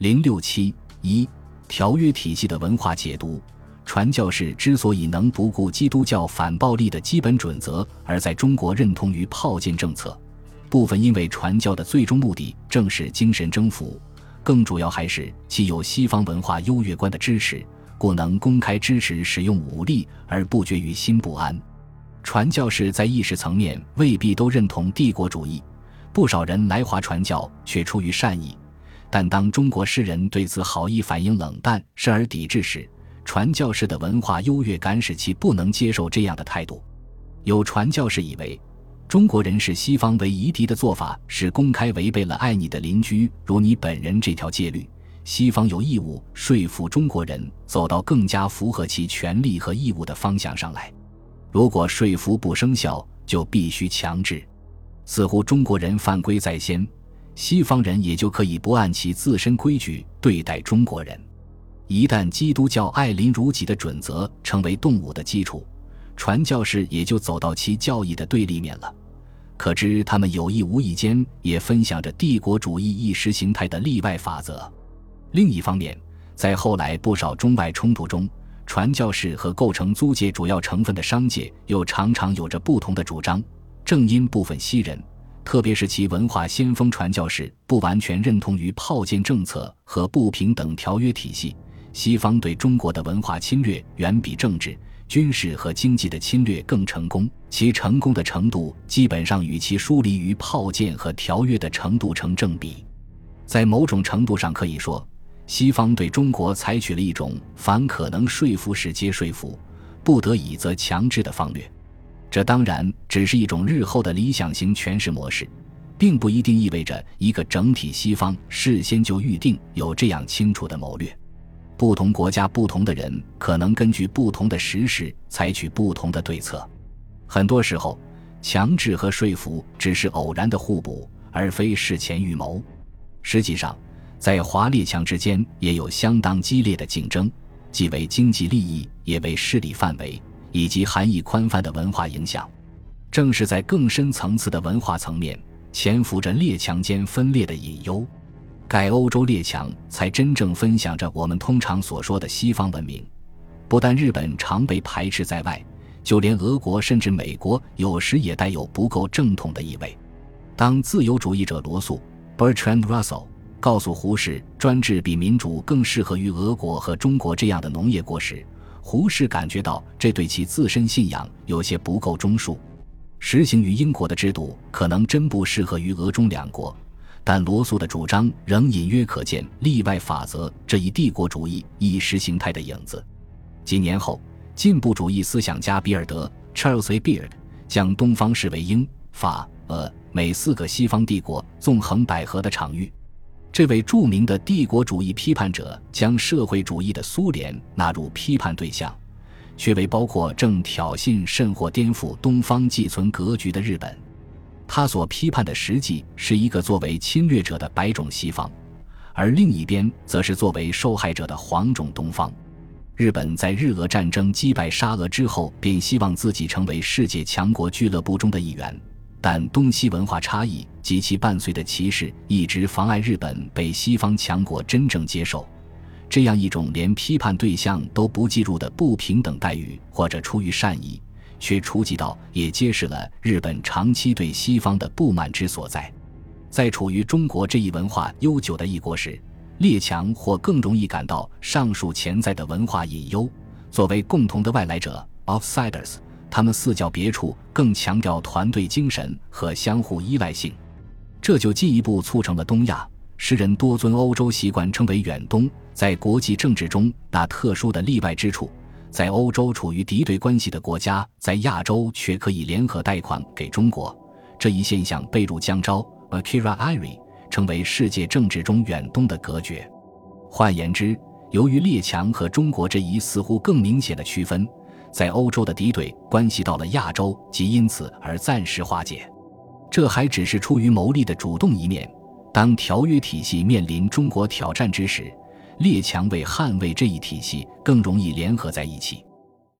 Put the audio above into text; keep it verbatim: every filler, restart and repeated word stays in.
零六七一条约体系的文化解读。传教士之所以能不顾基督教反暴力的基本准则而在中国认同于炮舰政策，部分因为传教的最终目的正是精神征服，更主要还是其有西方文化优越观的支持，故能公开支持使用武力而不绝于心不安。传教士在意识层面未必都认同帝国主义，不少人来华传教却出于善意，但当中国诗人对此好意反应冷淡，甚而抵制时，传教士的文化优越感使其不能接受这样的态度。有传教士以为中国人视西方为夷狄的做法是公开违背了爱你的邻居如你本人这条戒律，西方有义务说服中国人走到更加符合其权利和义务的方向上来，如果说服不生效就必须强制。似乎中国人犯规在先，西方人也就可以不按其自身规矩对待中国人。一旦基督教爱邻如己的准则成为动武的基础，传教士也就走到其教义的对立面了。可知他们有意无意间也分享着帝国主义意识形态的例外法则。另一方面，在后来不少中外冲突中，传教士和构成租界主要成分的商界又常常有着不同的主张。正因部分西人，特别是其文化先锋传教士不完全认同于炮舰政策和不平等条约体系，西方对中国的文化侵略远比政治、军事和经济的侵略更成功，其成功的程度基本上与其疏离于炮舰和条约的程度成正比。在某种程度上可以说，西方对中国采取了一种凡可能说服时皆说服，不得已则强制的方略。这当然只是一种日后的理想型诠释模式，并不一定意味着一个整体西方事先就预定有这样清楚的谋略。不同国家不同的人可能根据不同的时势采取不同的对策。很多时候，强制和说服只是偶然的互补，而非事前预谋。实际上，在华列强之间也有相当激烈的竞争，既为经济利益，也为势力范围以及含义宽泛的文化影响。正是在更深层次的文化层面，潜伏着列强间分裂的隐忧。盖欧洲列强才真正分享着我们通常所说的西方文明。不但日本常被排斥在外，就连俄国甚至美国有时也带有不够正统的意味。当自由主义者罗素 Bertrand Russell 告诉胡适专制比民主更适合于俄国和中国这样的农业国时，胡适感觉到这对其自身信仰有些不够中恕。实行于英国的制度可能真不适合于俄中两国，但罗素的主张仍隐约可见例外法则这一帝国主义意识形态的影子。几年后，进步主义思想家比尔德 Charles A. Beard 将东方视为英、法、俄、美四个西方帝国纵横捭阖的场域。这位著名的帝国主义批判者将社会主义的苏联纳入批判对象，却为包括正挑衅甚或颠覆东方既存格局的日本。他所批判的实际是一个作为侵略者的白种西方，而另一边则是作为受害者的黄种东方。日本在日俄战争击败沙俄之后，便希望自己成为世界强国俱乐部中的一员，但东西文化差异及其伴随的歧视一直妨碍日本被西方强国真正接受。这样一种连批判对象都不计入的不平等待遇，或者出于善意，却触及到也揭示了日本长期对西方的不满之所在。在处于中国这一文化悠久的一国时，列强或更容易感到上述潜在的文化隐忧。作为共同的外来者 outsiders， 他们四较别处更强调团队精神和相互依赖性，这就进一步促成了东亚诗人多尊欧洲习惯称为远东在国际政治中那特殊的例外之处。在欧洲处于敌对关系的国家在亚洲却可以联合贷款给中国，这一现象被入江招 Akira Iri 成为世界政治中远东的隔绝。换言之，由于列强和中国这一似乎更明显的区分，在欧洲的敌对关系到了亚洲，即因此而暂时化解。这还只是出于谋利的主动一面。当条约体系面临中国挑战之时，列强为捍卫这一体系更容易联合在一起。